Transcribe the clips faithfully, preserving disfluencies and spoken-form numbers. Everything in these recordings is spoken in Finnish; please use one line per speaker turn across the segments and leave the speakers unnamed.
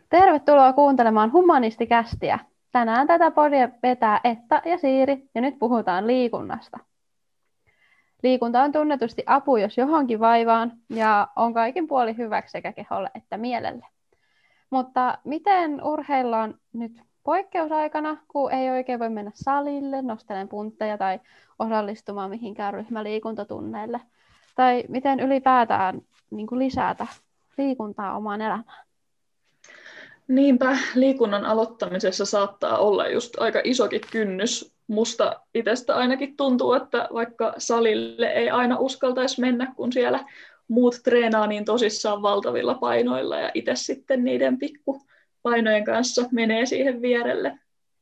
Tervetuloa kuuntelemaan Humanistikästiä. Tänään tätä podia vetää Etta ja Siiri, ja nyt puhutaan liikunnasta. Liikunta on tunnetusti apu, jos johonkin vaivaan, ja on kaikin puolin hyväksi sekä keholle että mielelle. Mutta miten urheillaan nyt poikkeusaikana, kun ei oikein voi mennä salille, nostelemaan puntteja tai osallistumaan mihinkään ryhmäliikuntatunneille? Tai miten ylipäätään niin kuin lisätä liikuntaa omaan elämään?
Niinpä, liikunnan aloittamisessa saattaa olla just aika isokin kynnys. Musta itsestä ainakin tuntuu, että vaikka salille ei aina uskaltaisi mennä, kun siellä muut treenaa niin tosissaan valtavilla painoilla ja itse sitten niiden pikkupainojen kanssa menee siihen vierelle.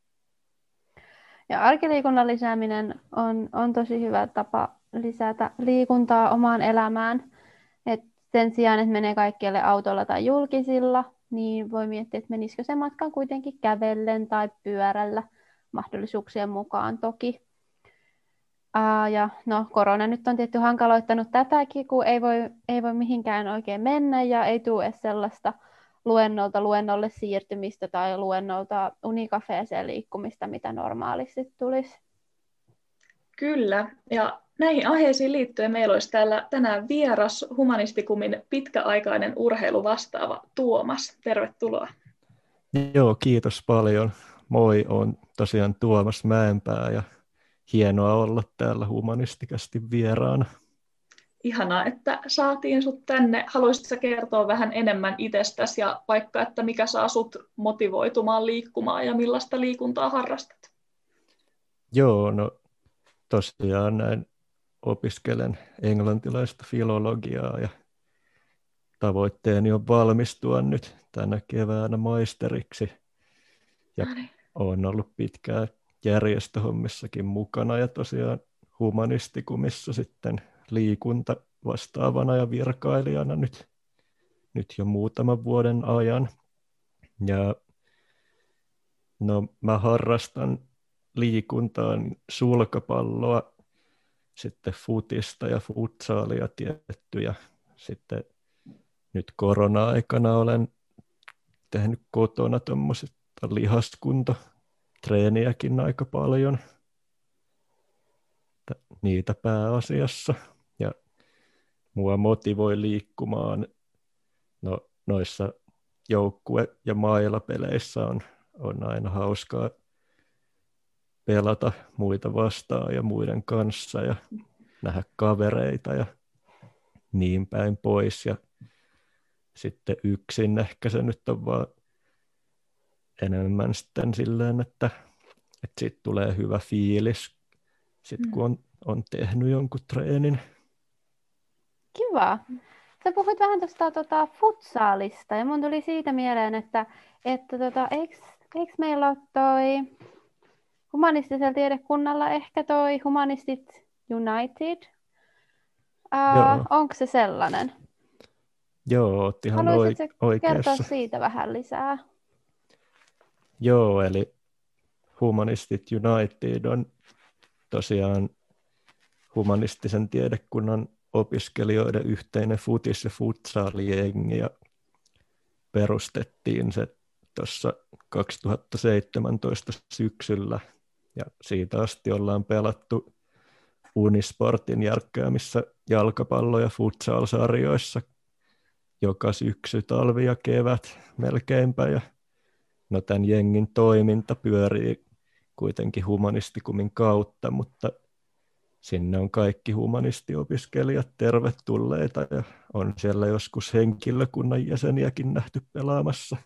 Ja arkiliikunnan lisääminen on, on tosi hyvä tapa lisätä liikuntaa omaan elämään. Et sen sijaan, että menee kaikkialle autolla tai julkisilla, niin voi miettiä, että menisikö se matkan kuitenkin kävellen tai pyörällä mahdollisuuksien mukaan toki. Aa, ja no, korona nyt on tietty hankaloittanut tätäkin, kun ei voi, ei voi mihinkään oikein mennä ja ei tule edes sellaista luennolta luennolle siirtymistä tai luennolta unikafeeseen liikkumista, mitä normaalisti tulisi.
Kyllä, ja näihin aiheisiin liittyen meillä olisi täällä tänään vieras Humanistikumin pitkäaikainen urheiluvastaava Tuomas. Tervetuloa.
Joo, kiitos paljon. Moi, on tosiaan Tuomas Mäenpää ja hienoa olla täällä Humanistikästi vieraana.
Ihanaa, että saatiin sut tänne. Haluaisitko kertoa vähän enemmän itsestäsi ja vaikka, että mikä saa sut motivoitumaan liikkumaan ja millaista liikuntaa harrastat?
Joo, no tosiaan näin opiskelen englantilaista filologiaa ja tavoitteeni on valmistua nyt tänä keväänä maisteriksi. Ja olen ollut pitkään järjestöhommissakin mukana ja tosiaan Humanistikumissa sitten liikunta vastaavana ja virkailijana nyt, nyt jo muutaman vuoden ajan. Ja no, mä harrastan liikuntaa, sulkapalloa, sitten futista ja futsaalia tiettyjä. Sitten nyt korona-aikana olen tehnyt kotona tuommoista lihaskuntotreeniäkin aika paljon. Niitä pääasiassa. Ja mua motivoi liikkumaan. No, noissa joukkue- ja mailapeleissä on, on aina hauskaa pelata muita vastaan ja muiden kanssa ja nähdä kavereita ja niin päin pois. Ja sitten yksin ehkä se nyt on vaan enemmän sitten silleen, että, että siitä tulee hyvä fiilis, sit kun on, on tehnyt jonkun treenin.
Kiva. Sä puhuit vähän tuosta tota, futsaalista ja mun tuli siitä mieleen, että, että tota, eikö, eikö meillä ole toi humanistisella tiedekunnalla ehkä toi Humanistit United? Uh, onko se sellainen?
Joo, oot ihan
Haluaisitko
oikeassa.
kertoa siitä vähän lisää?
Joo, eli Humanistit United on tosiaan humanistisen tiedekunnan opiskelijoiden yhteinen futis- ja futsalijengi ja perustettiin se tuossa kaksituhattaseitsemäntoista syksyllä ja siitä asti ollaan pelattu Unisportin järkkäämissä jalkapallo- ja futsal-sarjoissa joka syksy, talvi ja kevät melkeinpä. Ja no, tämän jengin toiminta pyörii kuitenkin Humanistikumin kautta, mutta sinne on kaikki humanistiopiskelijat tervetulleita ja on siellä joskus henkilökunnan jäseniäkin nähty pelaamassa.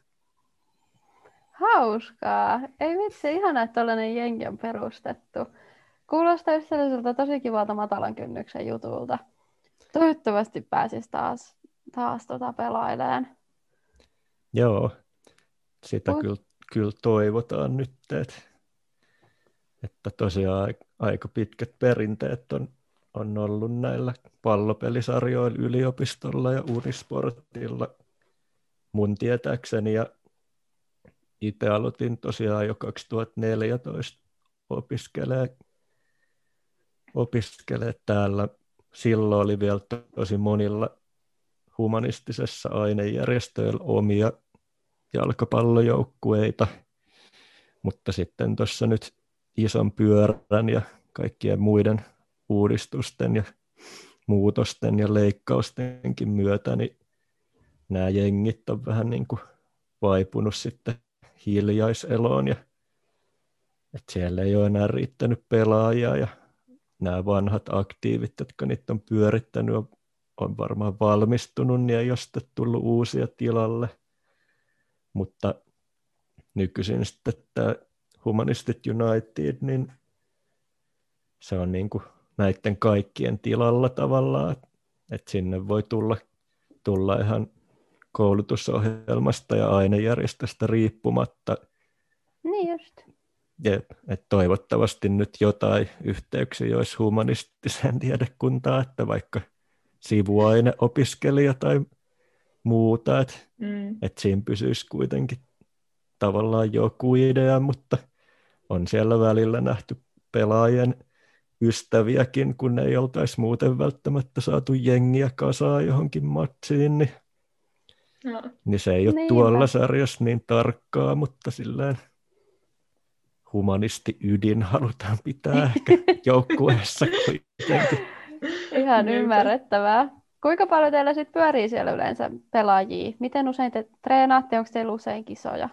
Hauskaa. Ei vitsi, ihanaa, että tällainen jengi on perustettu. Kuulostaa just sellaiselta tosi kivalta matalan kynnyksen jutulta. Toivottavasti pääsisi taas, taas tota pelailemaan.
Joo, sitä
Mut...
kyllä, kyllä toivotaan nyt, että, että tosiaan aika pitkät perinteet on, on ollut näillä pallopelisarjoilla yliopistolla ja Unisportilla mun tietääkseni. Ja itse aloitin tosiaan jo kaksituhattaneljätoista opiskelee, opiskelee täällä. Silloin oli vielä tosi monilla humanistisessa ainejärjestöillä omia jalkapallojoukkueita, mutta sitten tuossa nyt ison pyörän ja kaikkien muiden uudistusten ja muutosten ja leikkaustenkin myötä, niin nämä jengit on vähän niin kuin vaipunut sitten hiljaiseloon ja että siellä ei ole enää riittänyt pelaajia ja nämä vanhat aktiivit, jotka niitä on pyörittänyt, on, on varmaan valmistunut, niin ei ole sitten tullut uusia tilalle. Mutta nykyisin sitten tämä Humanistit United, niin se on niin kuin näiden kaikkien tilalla tavallaan, että sinne voi tulla, tulla ihan koulutusohjelmasta ja ainejärjestöstä riippumatta.
Niin just.
Ja, että toivottavasti nyt jotain yhteyksiä olisi humanistiseen tiedekuntaan, että vaikka sivuaineopiskelija tai muuta, että,
Mm.
että siinä pysyisi kuitenkin tavallaan joku idea, mutta on siellä välillä nähty pelaajien ystäviäkin, kun ei oltaisi muuten välttämättä saatu jengiä kasaan johonkin matsiin, niin,
No.
niin se ei ole
Niinpä.
tuolla sarjassa niin tarkkaa, mutta silleen humanisti-ydin halutaan pitää ehkä joukkueessa kuitenkin.
Ihan
Niinpä.
ymmärrettävää. Kuinka paljon teillä sitten pyörii siellä yleensä pelaajia? Miten usein te treenaatte? Onko teillä usein kisoja?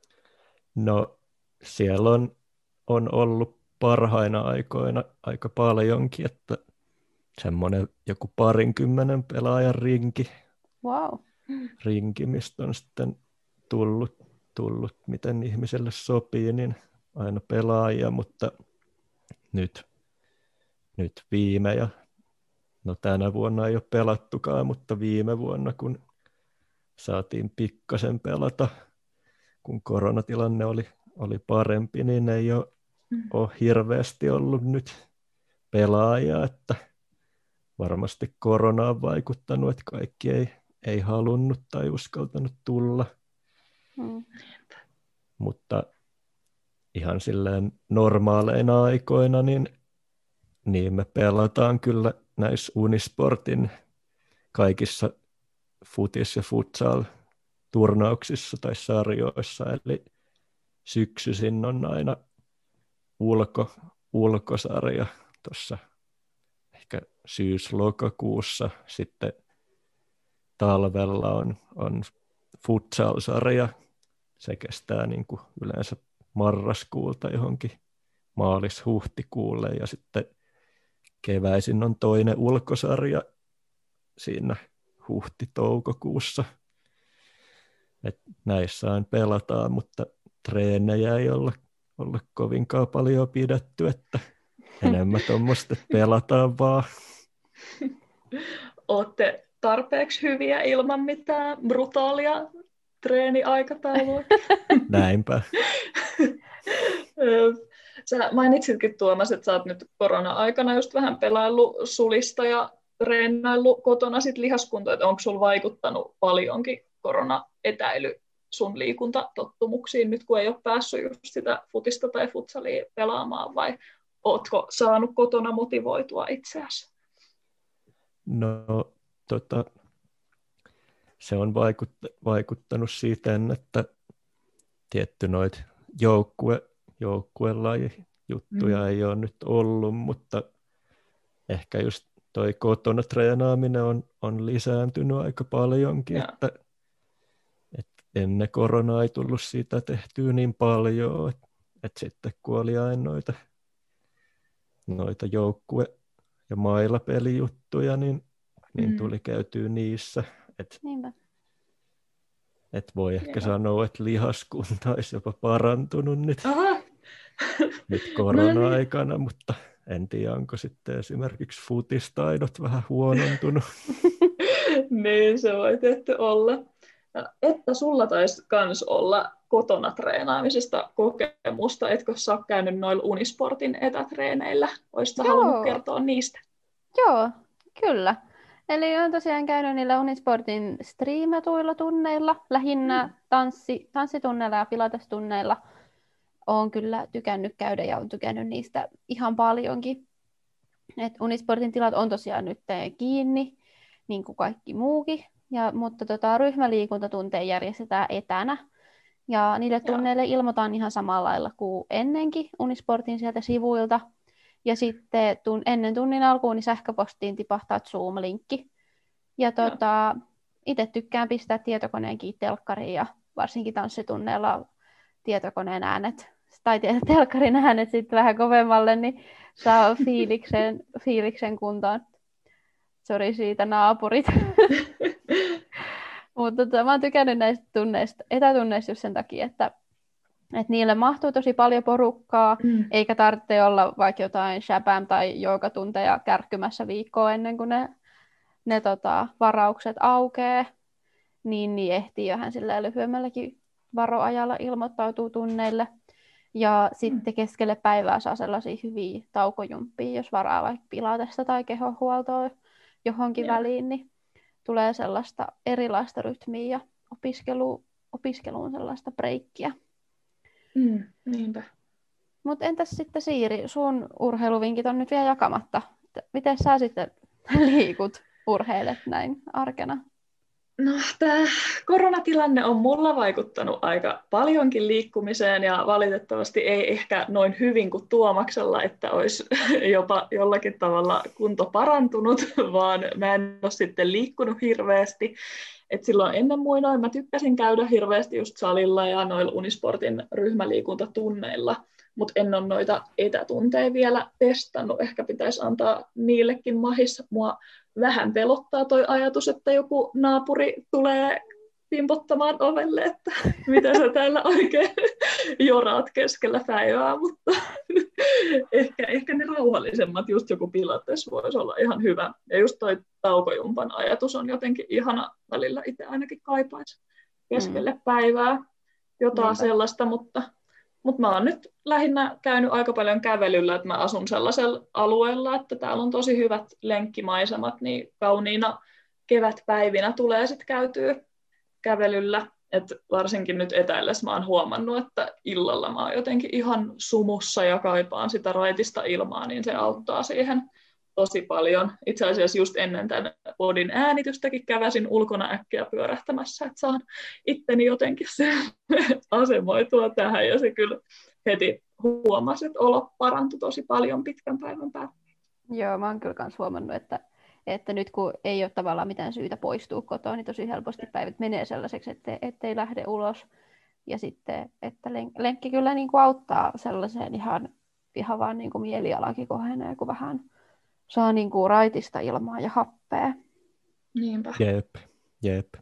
No siellä on, on ollut parhaina aikoina aika paljonkin, että semmoinen joku parinkymmenen pelaajan rinki,
Wow.
rinki, mistä on sitten tullut, tullut, miten ihmiselle sopii, niin aina pelaajia, mutta nyt, nyt viime ja no tänä vuonna ei ole pelattukaan, mutta viime vuonna, kun saatiin pikkasen pelata, kun koronatilanne oli, oli parempi, niin ei ole, ole hirveästi ollut nyt pelaajia, että varmasti korona on vaikuttanut, että kaikki ei, ei halunnut tai uskaltanut tulla,
Mm.
mutta ihan silleen normaaleina aikoina, niin, niin me pelataan kyllä näissä Unisportin kaikissa futis- ja futsal-turnauksissa tai sarjoissa, eli syksyisin on aina ulko, ulkosarja tuossa ehkä syys-lokakuussa, sitten talvella on, on futsal-sarja, se kestää niin kuin yleensä marraskuulta johonkin maalis-huhtikuulle ja sitten keväisin on toinen ulkosarja siinä huhti-toukokuussa. Et näissä aina pelataan, mutta treenejä ei olla, olla kovinkaan paljon pidetty, että enemmän tuommoista, että pelataan vaan.
Ootte tarpeeksi hyviä ilman mitään brutaalia treeniaikataulua?
Näinpä.
Sä mainitsitkin Tuomas, että sä oot nyt korona-aikana just vähän pelaillut sulista ja treenaillut kotona sit lihaskuntoa, että onko sulla vaikuttanut paljonkin korona-etäily sun liikuntatottumuksiin nyt, kun ei ole päässyt just sitä futista tai futsalia pelaamaan, vai ootko saanut kotona motivoitua itseäsi?
No, tota, se on vaikut- vaikuttanut siten, että tietty noita joukkue, joukkuelajijuttuja mm. ei ole nyt ollut, mutta ehkä just toi kotona treenaaminen on, on lisääntynyt aika paljonkin,
ja.
että, että ennen koronaa ei tullut siitä tehtyä niin paljon, että, että sitten kun oli aina noita, noita joukkue- ja mailapelijuttuja, niin, niin
mm.
tuli käytyä niissä. Et,
Niinpä.
et voi ehkä
Joo.
sanoa, että lihaskunta olisi jopa parantunut nyt,
Aha.
nyt korona-aikana, mutta en tiedä, onko sitten esimerkiksi futistaidot vähän huonontunut.
Niin, se voi tietty olla. Että sulla taisi kans olla kotona treenaamisesta kokemusta, etkö sä ole käynyt noilla Unisportin etätreeneillä? Olisitko halunnut kertoa niistä?
Joo, kyllä. Eli olen tosiaan käynyt niillä Unisportin striimatuilla tunneilla, lähinnä tanssi, tanssitunneilla ja pilatestunneilla. Olen kyllä tykännyt käydä ja olen tykännyt niistä ihan paljonkin. Et Unisportin tilat on tosiaan nyt kiinni, niin kuin kaikki muukin. Ja, mutta tota, ryhmäliikuntatunteja järjestetään etänä. Ja niille
Joo.
tunneille ilmoitaan ihan samalla lailla kuin ennenkin Unisportin sieltä sivuilta. Ja sitten tun, ennen tunnin alkuun niin sähköpostiin tipahtaa Zoom-linkki. Ja tota, itse tykkään pistää tietokoneenkin telkkariin ja varsinkin tanssitunneilla tietokoneen äänet tai telkkarin äänet sitten vähän kovemmalle, niin saa fiiliksen, fiiliksen kuntoon. Sori siitä naapurit. Mutta tota, mä oon tykännyt näistä tunneista, etätunneista just sen takia, että, että niille mahtuu tosi paljon porukkaa,
Mm.
eikä tarvitse olla vaikka jotain shabam- tai joogatunteja kärkkymässä viikkoa ennen kuin ne, ne tota, varaukset aukeaa, niin, niin ehtii vähän silleen lyhyemmälläkin varoajalla ilmoittautuu tunneille. Ja sitten keskelle päivää saa sellaisia hyviä taukojumppia, jos varaa vaikka pilatesta tai kehonhuoltoa johonkin
Joo.
väliin, niin tulee sellaista erilaista rytmiä ja opiskelu, opiskeluun sellaista breikkiä.
Mm, niinpä.
Mutta entäs sitten Siiri, sun urheiluvinkit on nyt vielä jakamatta. Miten sä sitten liikut, urheilet näin arkena?
No, tämä koronatilanne on mulla vaikuttanut aika paljonkin liikkumiseen ja valitettavasti ei ehkä noin hyvin kuin Tuomaksella, että olisi jopa jollakin tavalla kunto parantunut, vaan mä en ole sitten liikkunut hirveästi. Et silloin ennen muinoin mä tykkäsin käydä hirveästi just salilla ja noilla Unisportin ryhmäliikuntatunneilla, mutta en ole noita etätunteja vielä testannut. Ehkä pitäisi antaa niillekin mahis. Mua vähän pelottaa toi ajatus, että joku naapuri tulee pimpottamaan ovelle, että mitä sä täällä oikein joraat keskellä päivää, mutta ehkä, ehkä ne rauhallisemmat, just joku pilates voisi olla ihan hyvä. Ja just toi taukojumpan ajatus on jotenkin ihana, välillä itse ainakin kaipaisi keskelle mm. päivää jotain Niinpä. sellaista, mutta Mutta mä oon nyt lähinnä käynyt aika paljon kävelyllä, että mä asun sellaisella alueella, että täällä on tosi hyvät lenkkimaisemat, niin kauniina kevätpäivinä tulee sitten käytyä kävelyllä. Et varsinkin nyt etäillessä mä oon huomannut, että illalla mä oon jotenkin ihan sumussa ja kaipaan sitä raitista ilmaa, niin se auttaa siihen tosi paljon. Itse asiassa just ennen tämän podin äänitystäkin käväsin ulkona äkkiä pyörähtämässä, että saan itteni jotenkin se asemoitua tähän. Ja se kyllä heti huomasi, että olo parantui tosi paljon pitkän päivän päällä.
Joo, mä oon kyllä myös huomannut, että, että nyt kun ei ole tavallaan mitään syytä poistua kotoa, niin tosi helposti päivät menee sellaiseksi, että ettei lähde ulos. Ja sitten, että lenkki kyllä niin kuin auttaa sellaiseen ihan, ihan vaan niin kuin mielialakin kohenee, kun vähän saa niin kuin raitista ilmaa ja happea.
Niinpä.
Jep, jep.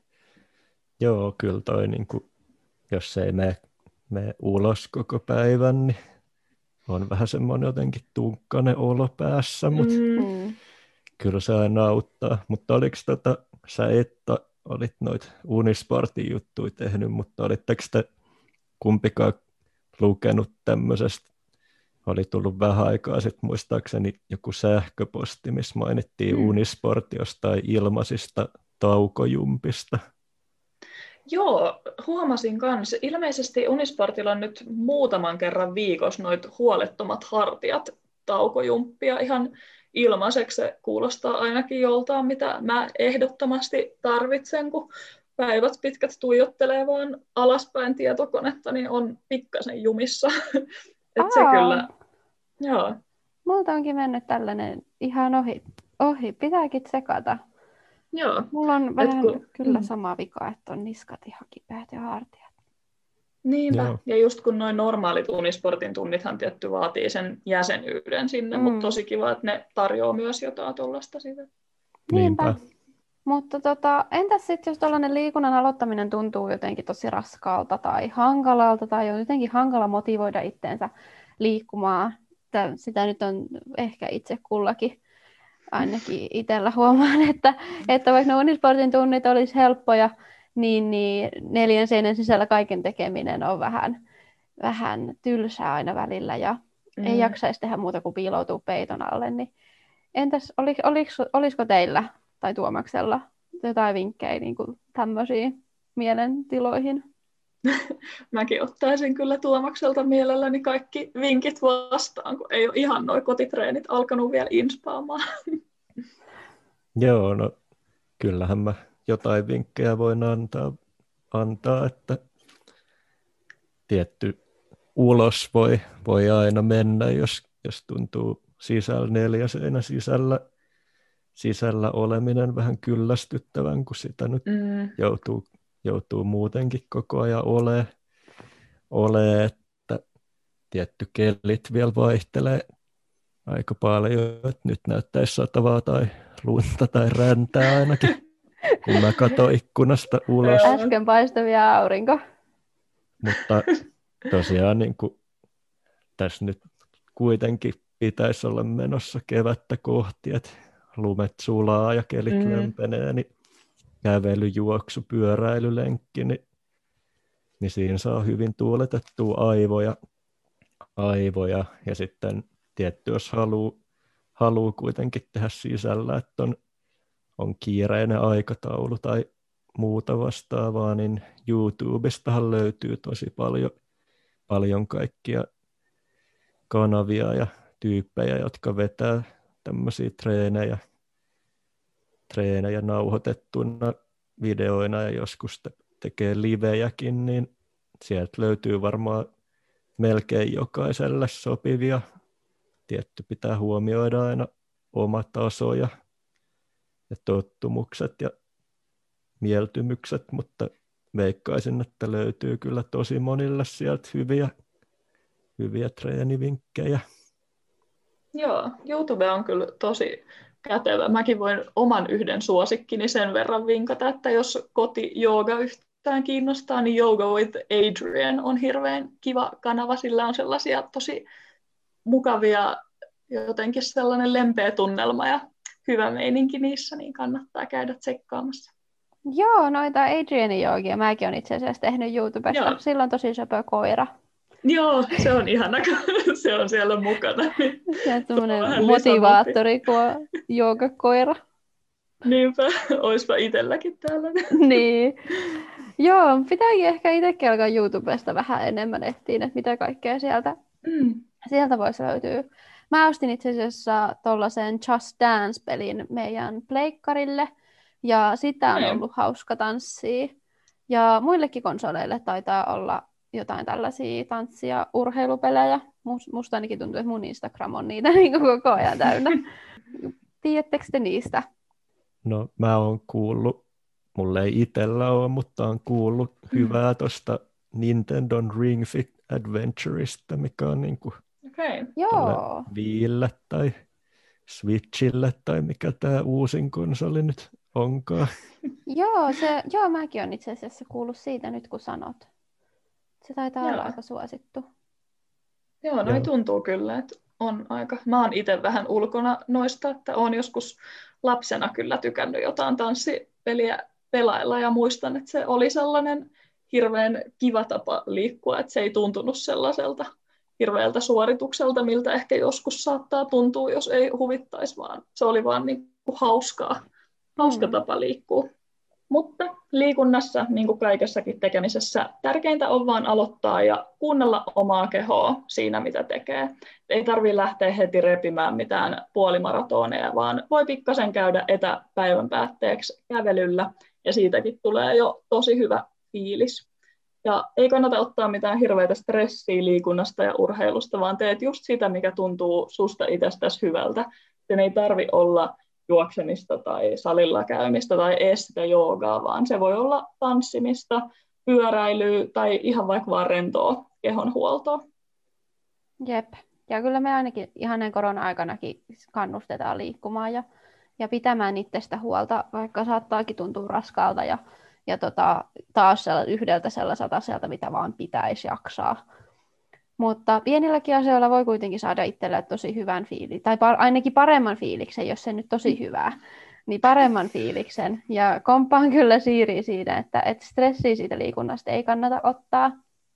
Joo, kyllä toi, niin kuin, jos ei mene, mene ulos koko päivän, niin on vähän semmoinen jotenkin tunkkainen olo päässä, mutta
Mm.
kyllä se aina auttaa. Mutta oliko tota, sä Etta, olit noita Unisportin juttuja tehnyt, mutta olitteko te kumpikaan lukenut tämmöisestä? Oli tullut vähän aikaa sitten muistaakseni joku sähköposti, missä mainittiin mm. Unisport jostain ilmaisista taukojumpista.
Joo, huomasin kanssa. Ilmeisesti Unisportilla on nyt muutaman kerran viikossa noit huolettomat hartiat taukojumppia ihan ilmaiseksi. Se kuulostaa ainakin joltain, mitä mä ehdottomasti tarvitsen, kun päivät pitkät tuijottelee vaan alaspäin tietokonetta, niin on pikkasen jumissa. Et se kyllä, joo.
Multa onkin mennyt tällainen ihan ohi. ohi. Pitääkin tsekata.
Joo.
Mulla on vähän
kun,
kyllä
mm.
sama vika, että on niskat ihan kipeät ja hartiat.
Niinpä.
Joo.
Ja just kun noin normaalit Unisportin tunnithan tietty vaatii sen jäsenyyden sinne, mm. mutta tosi kiva, että ne tarjoaa myös jotain tuollaista siitä.
Niinpä.
Niinpä.
Mutta tota, entäs sitten, jos tällainen liikunnan aloittaminen tuntuu jotenkin tosi raskaalta tai hankalalta tai on jotenkin hankala motivoida itteensä liikkumaan. Sitä nyt on ehkä itse kullakin, ainakin itsellä huomaan, että, että vaikka ne Unisportin tunnit olisi helppoja, niin, niin neljän seinän sisällä kaiken tekeminen on vähän, vähän tylsää aina välillä ja mm. ei jaksaisi tehdä muuta kuin piiloutua peiton alle. Niin entäs oliko, oliko, olisiko teillä tai Tuomaksella jotain vinkkejä niin kuin tämmöisiin mielentiloihin?
Mäkin ottaisin kyllä Tuomakselta mielelläni kaikki vinkit vastaan, kun ei ole ihan nuo kotitreenit alkanut vielä inspaamaan.
Joo, no kyllähän mä jotain vinkkejä voin antaa, antaa että tietty ulos voi, voi aina mennä, jos, jos tuntuu sisällä neljä seinä sisällä, sisällä oleminen vähän kyllästyttävän, kun sitä nyt
Mm.
joutuu, joutuu muutenkin koko ajan olemaan, ole, että tietty kelit vielä vaihtelee aika paljon, että nyt näyttäisi satavaa tai lunta tai räntää ainakin, kun mä katson ikkunasta ulos.
Äsken paistavia aurinko.
Mutta tosiaan niin kuin tässä nyt kuitenkin pitäisi olla menossa kevättä kohti, että lumet sulaa ja kelit mm. lämpenee, niin kävely, juoksu, pyöräilylenkki, niin, niin siinä saa hyvin tuuletettua aivoja, aivoja ja sitten tietty, jos haluaa haluu kuitenkin tehdä sisällä, että on, on kiireinen aikataulu tai muuta vastaavaa, niin YouTubestahan löytyy tosi paljon, paljon kaikkia kanavia ja tyyppejä, jotka vetää tämmöisiä treenejä, treenejä nauhoitettuna videoina ja joskus te- tekee livejäkin, niin sieltä löytyy varmaan melkein jokaiselle sopivia. Tietty pitää huomioida aina oma taso ja, ja tottumukset ja mieltymykset, mutta veikkaisin, että löytyy kyllä tosi monille sieltä hyviä, hyviä treenivinkkejä.
Joo, YouTube on kyllä tosi kätevä. Mäkin voin oman yhden suosikkini sen verran vinkata, että jos kotijooga yhtään kiinnostaa, niin Yoga with Adriene on hirveän kiva kanava. Sillä on sellaisia tosi mukavia, jotenkin sellainen lempeä tunnelma ja hyvä meininki niissä, niin kannattaa käydä tsekkaamassa.
Joo, noita Adrienin joogia mäkin olen itse asiassa tehnyt YouTubesta.
Joo.
Sillä on tosi söpö koira.
Joo, se on ihana, kun se on siellä mukana.
Se on semmoinen motivaattori kuin joogakoira.
Niinpä, oispa itselläkin täällä.
Niin. Joo, pitääkin ehkä itsekin alkaa YouTubesta vähän enemmän etsiä, että mitä kaikkea sieltä,
Mm.
sieltä voisi löytyä. Mä ostin itse asiassa tuollaisen Just Dance-pelin meidän pleikkarille, ja sitä on
Näin.
ollut hauska tanssia. Ja muillekin konsoleille taitaa olla jotain tällaisia tanssi- ja urheilupelejä. Musta ainakin tuntuu, että mun Instagram on niitä niin koko ajan täynnä. Tiedättekö te niistä?
No mä oon kuullut, mulle ei itsellä ole, mutta on kuullut mm. hyvää tuosta Nintendon Ring Fit Adventureista, mikä on niin kuin
Okay.
Joo.
Wiille tai Switchille tai mikä tämä uusin konsoli nyt onkaan.
Joo, se, joo, mäkin olen itse asiassa kuullut siitä nyt, kun sanot. Se taitaa
Joo.
olla aika suosittu.
Joo, noi
Joo.
tuntuu kyllä, että on aika. Mä oon itse vähän ulkona noista, että oon joskus lapsena kyllä tykännyt jotain tanssipeliä pelailla ja muistan, että se oli sellainen hirveän kiva tapa liikkua, että se ei tuntunut sellaiselta hirveältä suoritukselta, miltä ehkä joskus saattaa tuntua, jos ei huvittaisi, vaan se oli vaan niin kuin hauskaa, hauska
Mm.
tapa liikkua. Mutta liikunnassa, niin kuin kaikessakin tekemisessä, tärkeintä on vaan aloittaa ja kuunnella omaa kehoa siinä, mitä tekee. Ei tarvitse lähteä heti repimään mitään puolimaratoneja, vaan voi pikkasen käydä etäpäivän päätteeksi kävelyllä, ja siitäkin tulee jo tosi hyvä fiilis. Ja ei kannata ottaa mitään hirveätä stressiä liikunnasta ja urheilusta, vaan teet just sitä, mikä tuntuu susta itsestäsi hyvältä. Sen ei tarvi olla juoksemista tai salilla käymistä tai edes sitä joogaa, vaan se voi olla tanssimista, pyöräilyä tai ihan vaikka vaan rentoa kehonhuoltoa.
Jep. Ja kyllä me ainakin ihan näin korona-aikanakin kannustetaan liikkumaan ja, ja pitämään itsestä huolta, vaikka saattaakin tuntua raskaalta ja, ja tota, taas yhdeltä sellaiselta sieltä, mitä vaan pitäisi jaksaa. Mutta pienilläkin asioilla voi kuitenkin saada itselle tosi hyvän fiiliksen, tai par- ainakin paremman fiiliksen, jos se nyt tosi hyvää, niin paremman fiiliksen. Ja komppaan kyllä Siiriä siitä, että, että stressiä siitä liikunnasta ei kannata ottaa.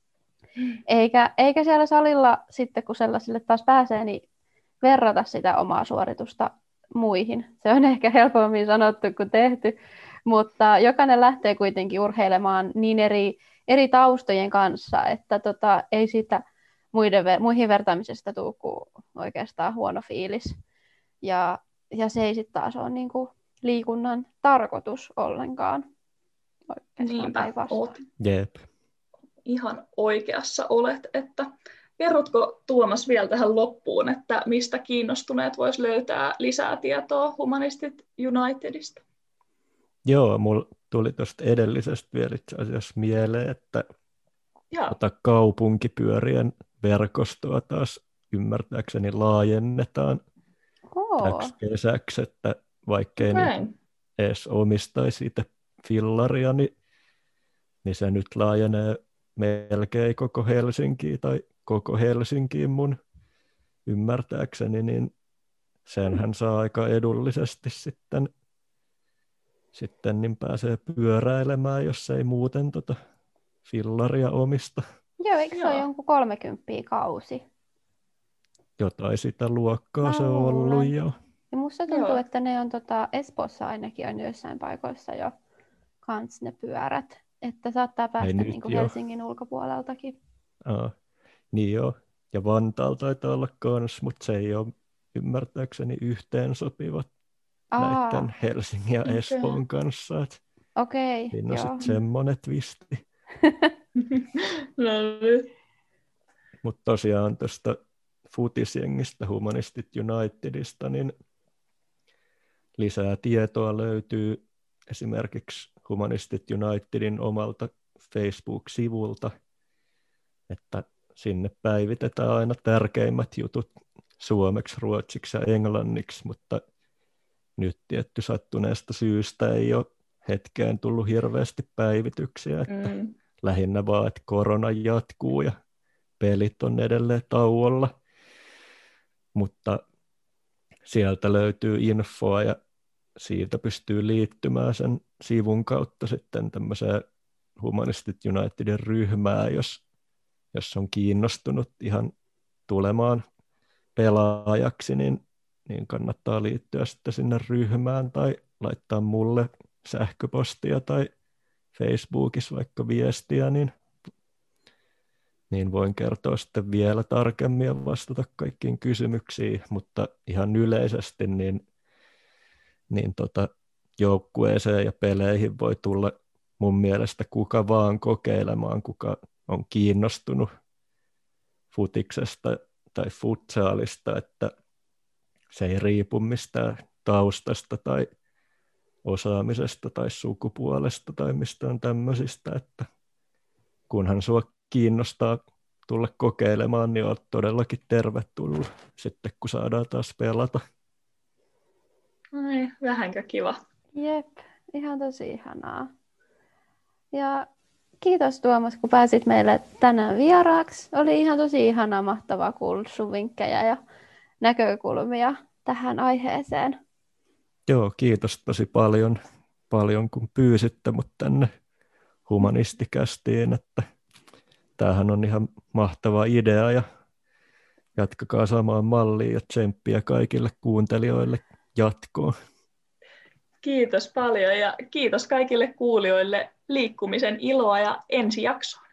Eikä, eikä siellä salilla sitten, kun sellaisille taas pääsee, niin verrata sitä omaa suoritusta muihin. Se on ehkä helpommin sanottu kuin tehty, mutta jokainen lähtee kuitenkin urheilemaan niin eri, eri taustojen kanssa, että tota, ei siitä muiden, muihin vertaamisesta tule kuin oikeastaan huono fiilis. Ja, ja se ei sitten taas ole niin kuin liikunnan tarkoitus ollenkaan.
Niinpä, oot.
Jep.
ihan oikeassa olet. Että kerrotko Tuomas vielä tähän loppuun, että mistä kiinnostuneet vois löytää lisää tietoa Humanistit Unitedista?
Joo, mulla tuli tuosta edellisestä vielä itse asiassa mieleen, että
Joo.
tota kaupunkipyörien verkostoa taas ymmärtääkseni laajennetaan
Oo.
täksi kesäksi, että vaikkei
Näin.
niin edes omistaisi itse fillaria, niin, niin se nyt laajenee melkein koko Helsinkiin tai koko Helsinkiin mun ymmärtääkseni, niin senhän saa aika edullisesti sitten, sitten niin pääsee pyöräilemään, jos ei muuten tota fillaria omista.
Joo, eikö se
Joo.
ole jonkun kolmekymppiä kausi?
Jotain sitä luokkaa
Mä
se on ollut
luulen.
jo.
Ja musta tuntuu,
Joo.
että ne on tota, Espoossa ainakin on joissain paikoissa jo kans ne pyörät. Että saattaa päästä
nyt
niin kuin
jo.
Helsingin ulkopuoleltakin.
Aa, niin joo. Ja Vantaalla taitaa olla kans, mutta se ei ole ymmärtääkseni yhteensopiva
Aa,
näiden Helsingin ja
Okei.
Espoon kanssa. Et
okei,
siinä on
joo.
sitten semmoinen twisti.
No nyt.
Mutta tosiaan tuosta futisjengistä Humanistit Unitedista, niin lisää tietoa löytyy esimerkiksi Humanistit Unitedin omalta Facebook-sivulta, että sinne päivitetään aina tärkeimmät jutut suomeksi, ruotsiksi ja englanniksi, mutta nyt tietty sattuneesta syystä ei ole hetkeen tullut hirveästi päivityksiä, että
Mm.
lähinnä vaan, että korona jatkuu ja pelit on edelleen tauolla, mutta sieltä löytyy infoa ja siitä pystyy liittymään sen sivun kautta sitten tämmöiseen Humanistit Unitedin ryhmään, jos, jos on kiinnostunut ihan tulemaan pelaajaksi, niin, niin kannattaa liittyä sitten sinne ryhmään tai laittaa mulle sähköpostia tai Facebookissa vaikka viestiä, niin, niin voin kertoa sitten vielä tarkemmin ja vastata kaikkiin kysymyksiin, mutta ihan yleisesti niin, niin tota, joukkueeseen ja peleihin voi tulla mun mielestä kuka vaan kokeilemaan, kuka on kiinnostunut futiksesta tai futsaalista, että se ei riipu mistään taustasta tai osaamisesta tai sukupuolesta tai mistään tämmöisistä, että kunhan sua kiinnostaa tulla kokeilemaan, niin olet todellakin tervetullut sitten, kun saadaan taas pelata.
Ai, vähänkö kiva.
Jep, ihan tosi ihanaa. Ja kiitos Tuomas, kun pääsit meille tänään vieraaksi. Oli ihan tosi ihanaa, mahtavaa kuulla sun vinkkejä ja näkökulmia tähän aiheeseen.
Joo, kiitos tosi paljon, paljon kun pyysitte mut tänne humanistikästiin, että tämähän on ihan mahtava idea ja jatkakaa samaan malliin ja tsemppiä kaikille kuuntelijoille jatkoon.
Kiitos paljon ja kiitos kaikille kuulijoille liikkumisen iloa ja ensi jaksoon.